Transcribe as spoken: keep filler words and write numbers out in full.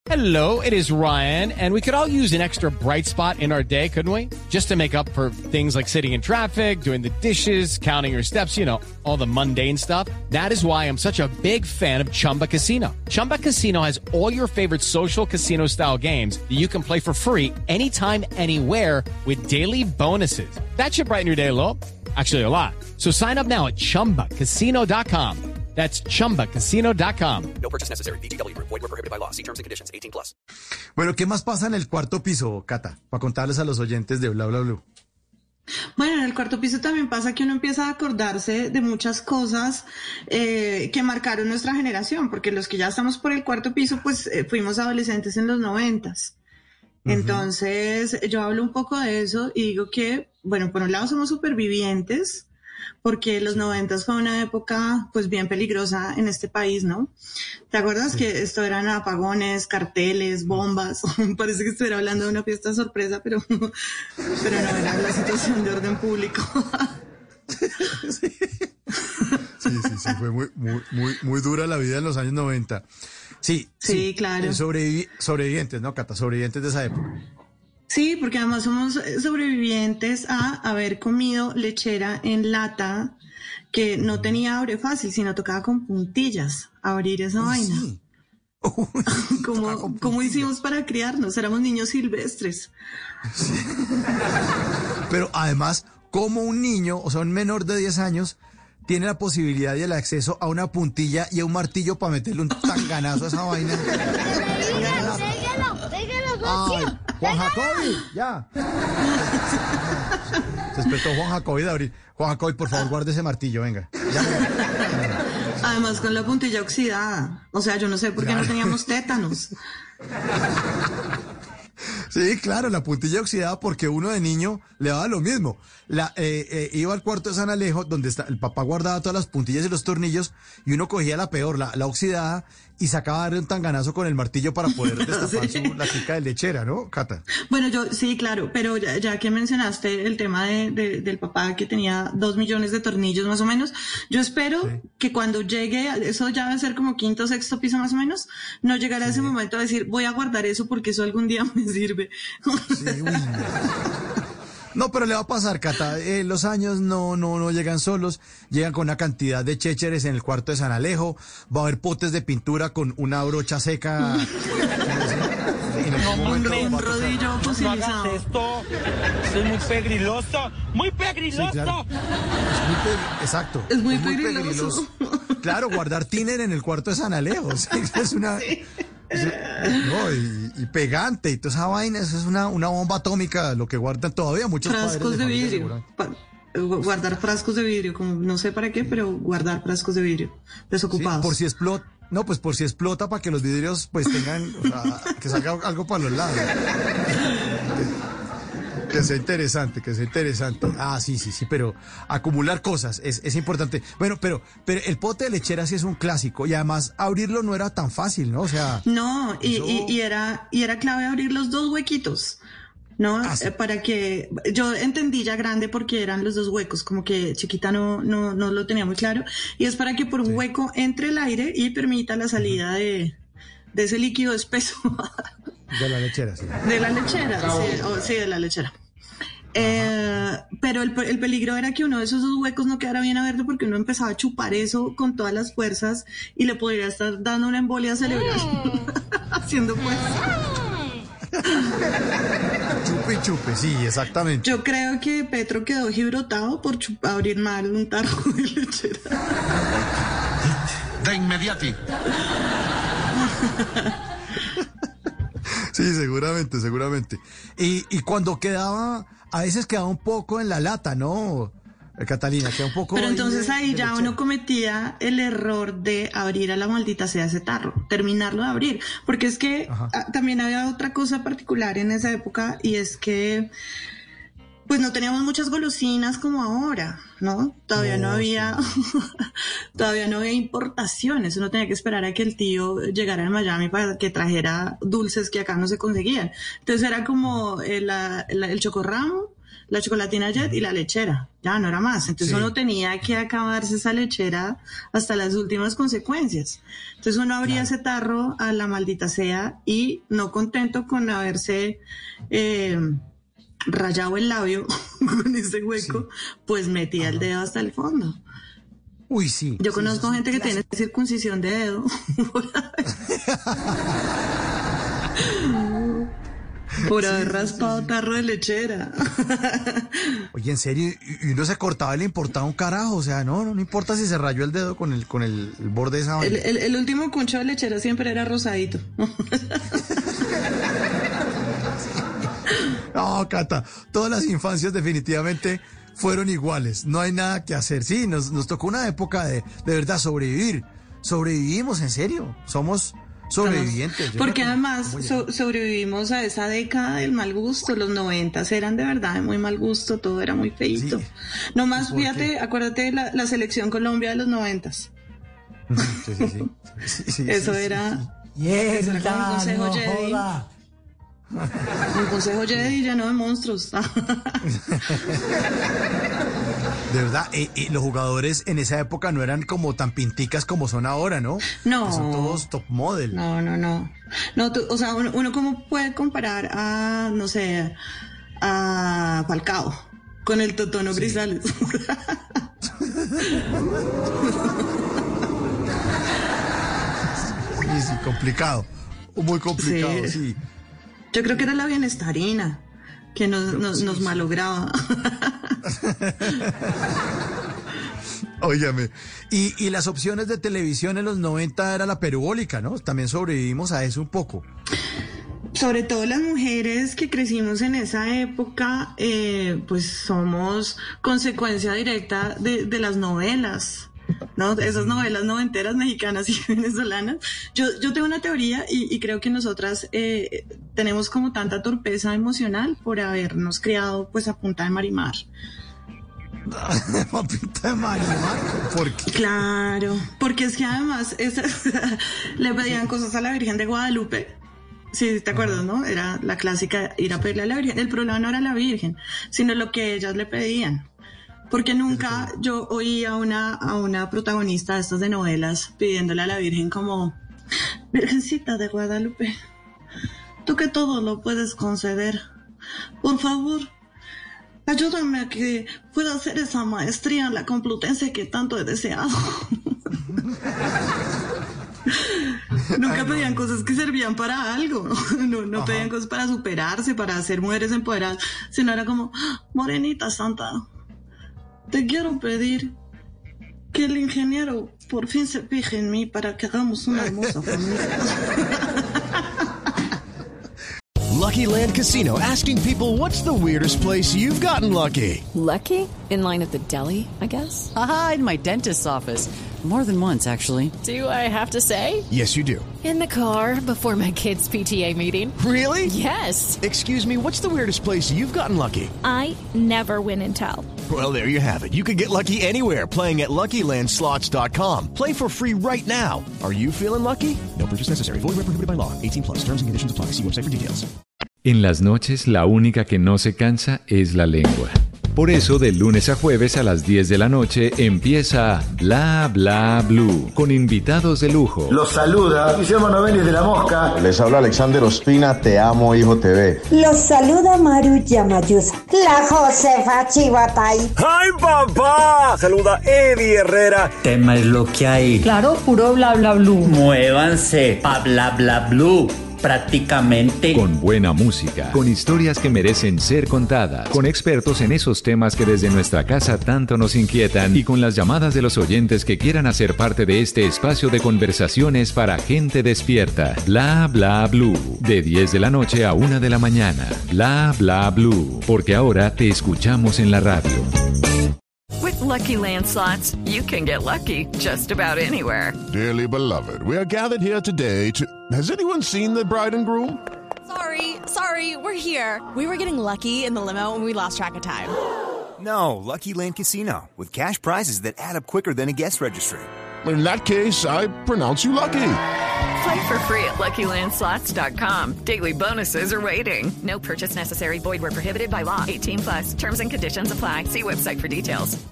Hello, it is Ryan, and we could all use an extra bright spot in our day, couldn't we? Just to make up for things like sitting in traffic, doing the dishes, counting your steps, you know, all the mundane stuff. That is why I'm such a big fan of Chumba Casino. Chumba Casino has all your favorite social casino-style games that you can play for free anytime, anywhere with daily bonuses. That should brighten your day a little. Actually, a lot. So sign up now at chumba casino dot com. That's chumba casino dot com. No purchase necessary. V G W Group. Void where prohibited by law. See terms and conditions. eighteen plus. Bueno, ¿qué más pasa en el cuarto piso, Cata? Para contarles a los oyentes de Bla Bla Blue. Bueno, en el cuarto piso también pasa que uno empieza a acordarse de muchas cosas eh, que marcaron nuestra generación, porque los que ya estamos por el cuarto piso, pues eh, fuimos adolescentes en los noventas. Uh-huh. Entonces, yo hablo un poco de eso y digo que, bueno, por un lado somos supervivientes, porque los noventas fue una época pues bien peligrosa en este país, ¿no? ¿Te acuerdas sí. que esto eran apagones, carteles, bombas? Parece que estuviera hablando de una fiesta sorpresa, pero, pero no, era la situación de orden público. sí. sí, sí, sí, fue muy, muy, muy, muy dura la vida en los años noventa. Sí, sí, sí claro. Sobrevivi- sobrevivientes, ¿no, Cata? Sobrevivientes de esa época. Sí, porque además somos sobrevivientes a haber comido lechera en lata que no tenía abre fácil, sino tocaba con puntillas abrir esa Uy, vaina. Sí. Uy, ¿Cómo, ¿Cómo hicimos para criarnos? Éramos niños silvestres. Sí. Pero además, como un niño, o sea, un menor de diez años, tiene la posibilidad y el acceso a una puntilla y a un martillo para meterle un tanganazo a esa vaina. Déjalo, déjalo, déjalo, Ay, Juan Jacobi, ya. Se despertó Juan Jacobi de abrir. Juan Jacobi, por favor, guarde ese martillo, venga. Ya, venga. Además, con la puntilla oxidada. O sea, yo no sé por qué claro. no teníamos tétanos. Sí, claro, la puntilla oxidada porque uno de niño le daba lo mismo. La, eh, eh, iba al cuarto de San Alejo donde está, el papá guardaba todas las puntillas y los tornillos y uno cogía la peor, la, la oxidada y sacaba a darle un tanganazo con el martillo para poder destapar sí. su, la tica de lechera, ¿no, Cata? Bueno, yo sí, claro, pero ya, ya que mencionaste el tema de, de, del papá que tenía dos millones de tornillos más o menos, yo espero sí. que cuando llegue, eso ya va a ser como quinto o sexto piso más o menos, no llegará sí. ese momento a decir, voy a guardar eso porque eso algún día me sirve. Sí, uy, no. No, pero le va a pasar, Cata. Eh, los años no, no, no llegan solos. Llegan con una cantidad de chécheres en el cuarto de San Alejo. Va a haber potes de pintura con una brocha seca. No, un rodillo fosilizado. No hagas esto. Esto es muy pegriloso. Muy pegriloso. Sí, claro. Es muy pe- Exacto. Es muy, es muy pegriloso. pegriloso. Claro, guardar tiner en el cuarto de San Alejo. Sí, es una... Sí. No, y, y pegante y toda esa vaina, eso es una, una bomba atómica, lo que guardan todavía muchos frascos padres de, de vidrio, pa- guardar frascos de vidrio, como no sé para qué, pero guardar frascos de vidrio desocupados. Sí, por si explota, no, pues por si explota para que los vidrios pues tengan, o sea, que salga algo para los lados. Que, que sea interesante, que sea interesante. Ah, sí, sí, sí, pero acumular cosas es, es importante. Bueno, pero, pero el pote de lechera sí es un clásico y además abrirlo no era tan fácil, ¿no? O sea. No, y, eso... y, y era, y era clave abrir los dos huequitos, ¿no? Ah, sí. eh, para que, yo entendí ya grande porque eran los dos huecos, como que chiquita no, no, no lo tenía muy claro. Y es para que por un sí. hueco entre el aire y permita la salida uh-huh. de, de ese líquido espeso. De la lechera, sí. De la lechera, sí, oh, sí, de la lechera. Eh, pero el, el peligro era que uno de esos dos huecos no quedara bien abierto porque uno empezaba a chupar eso con todas las fuerzas y le podría estar dando una embolia cerebral haciendo fuerza. Chupe y chupe, sí, exactamente. Yo creo que Petro quedó gibrotado por chup- abrir mal un tarro de lechera. De inmediati. Sí, seguramente, seguramente. Y, y cuando quedaba, a veces quedaba un poco en la lata, ¿no, Catalina? Queda un poco. Pero entonces de, ahí de ya lechera. Uno cometía el error de abrir a la maldita sea ese tarro, terminarlo de abrir. Porque es que a, también había otra cosa particular en esa época y es que pues no teníamos muchas golosinas como ahora, ¿no? Todavía no, no había, sí. todavía no había importaciones. Uno tenía que esperar a que el tío llegara a Miami para que trajera dulces que acá no se conseguían. Entonces era como el, el, el chocorramo la chocolatina Jet y la lechera, ya no era más. Entonces sí. Uno tenía que acabarse esa lechera hasta las últimas consecuencias. Entonces uno abría claro. ese tarro a la maldita sea y no contento con haberse eh, rayado el labio con ese hueco, sí. pues metía Ajá. el dedo hasta el fondo. Uy, sí. Yo sí, conozco sí, gente sí, que tiene circuncisión de dedo. Por haber sí, raspado sí, sí. tarro de lechera. Oye, en serio, y uno se cortaba y le importaba un carajo, o sea, no, no, no importa si se rayó el dedo con el, con el, el borde de esa vaina. El, el, el último concho de lechera siempre era rosadito. No, Cata, todas las infancias definitivamente fueron iguales, no hay nada que hacer. Sí, nos, nos tocó una época de, de verdad sobrevivir, sobrevivimos, en serio, somos sobrevivientes. Porque además so, sobrevivimos a esa década del mal gusto, los noventas eran de verdad de muy mal gusto, todo era muy feíto. Sí. Nomás, fíjate, acuérdate de la, la selección Colombia de los noventas. Sí, sí, sí. sí, sí eso, sí, era, sí, sí. eso era como un consejo no Jedi. Joda. Un consejo Jedi ya no de monstruos. De verdad, eh, eh, los jugadores en esa época no eran como tan pinticas como son ahora, ¿no? No. Que son todos top model. No, no, no. No, tú, o sea, uno, uno cómo puede comparar a, no sé, a Falcao con el Totono sí. Grisales. Sí, sí, complicado. Muy complicado, sí. sí. Yo creo que era la bienestarina que nos, nos, sí, nos sí. malograba. Óigame, y, y las opciones de televisión en los noventa era la perubólica, ¿no? También sobrevivimos a eso un poco. Sobre todo las mujeres que crecimos en esa época, eh, pues somos consecuencia directa de, de las novelas. ¿No? Esas novelas noventeras mexicanas y venezolanas. Yo, yo tengo una teoría y, y creo que nosotras eh, tenemos como tanta torpeza emocional por habernos criado pues a punta de Marimar. ¿A punta de Marimar? ¿Por qué? Claro, porque es que además esa, le pedían cosas a la Virgen de Guadalupe. Sí, ¿te acuerdas, no? Era la clásica ir a pedirle a la Virgen. El problema no era la Virgen, sino lo que ellas le pedían. Porque nunca yo oí a una, a una protagonista de estas de novelas pidiéndole a la Virgen como, Virgencita de Guadalupe, tú que todo lo puedes conceder, por favor, ayúdame a que pueda hacer esa maestría en la Complutense que tanto he deseado. Nunca pedían cosas que servían para algo, no, no pedían cosas para superarse, para ser mujeres empoderadas, sino era como, Morenita Santa, te quiero pedir que el ingeniero por fin se fije en mí para que hagamos una hermosa familia. Lucky Land Casino, asking people, what's the weirdest place you've gotten lucky? Lucky? In line at the deli, I guess? Aha, in my dentist's office. More than once, actually. Do I have to say? Yes, you do. In the car before my kids' P T A meeting. Really? Yes. Excuse me, what's the weirdest place you've gotten lucky? I never win and tell. Well, there you have it. You can get lucky anywhere, playing at Lucky Land Slots dot com. Play for free right now. Are you feeling lucky? No purchase necessary. Void where prohibited by law. eighteen plus. Terms and conditions apply. See website for details. En las noches, la única que no se cansa es la lengua. Por eso, de lunes a jueves a las diez de la noche empieza Bla Bla Blue, con invitados de lujo. Los saluda Guillermo Novelli de La Mosca. Les habla Alexander Ospina, Te Amo Hijo T V. Los saluda Maru Yamayusa. La Josefa Chivatay. ¡Ay, papá! Saluda Eddie Herrera. Tema es lo que hay. Claro, puro Bla Bla Blue. Muévanse pa' Bla Bla Blue. Prácticamente. Con buena música, con historias que merecen ser contadas, con expertos en esos temas que desde nuestra casa tanto nos inquietan y con las llamadas de los oyentes que quieran hacer parte de este espacio de conversaciones para gente despierta. Bla Bla Blue, de diez de la noche a una de la mañana. Bla Bla Blue, porque ahora te escuchamos en la radio. With Lucky Land Slots, you can get lucky just about anywhere. Dearly beloved, we are gathered here today to... Has anyone seen the bride and groom? Sorry, sorry, we're here. We were getting lucky in the limo and we lost track of time. No, Lucky Land Casino, with cash prizes that add up quicker than a guest registry. In that case, I pronounce you lucky. Play for free at Lucky Land Slots dot com. Daily bonuses are waiting. No purchase necessary. Void where prohibited by law. eighteen plus. Terms and conditions apply. See website for details.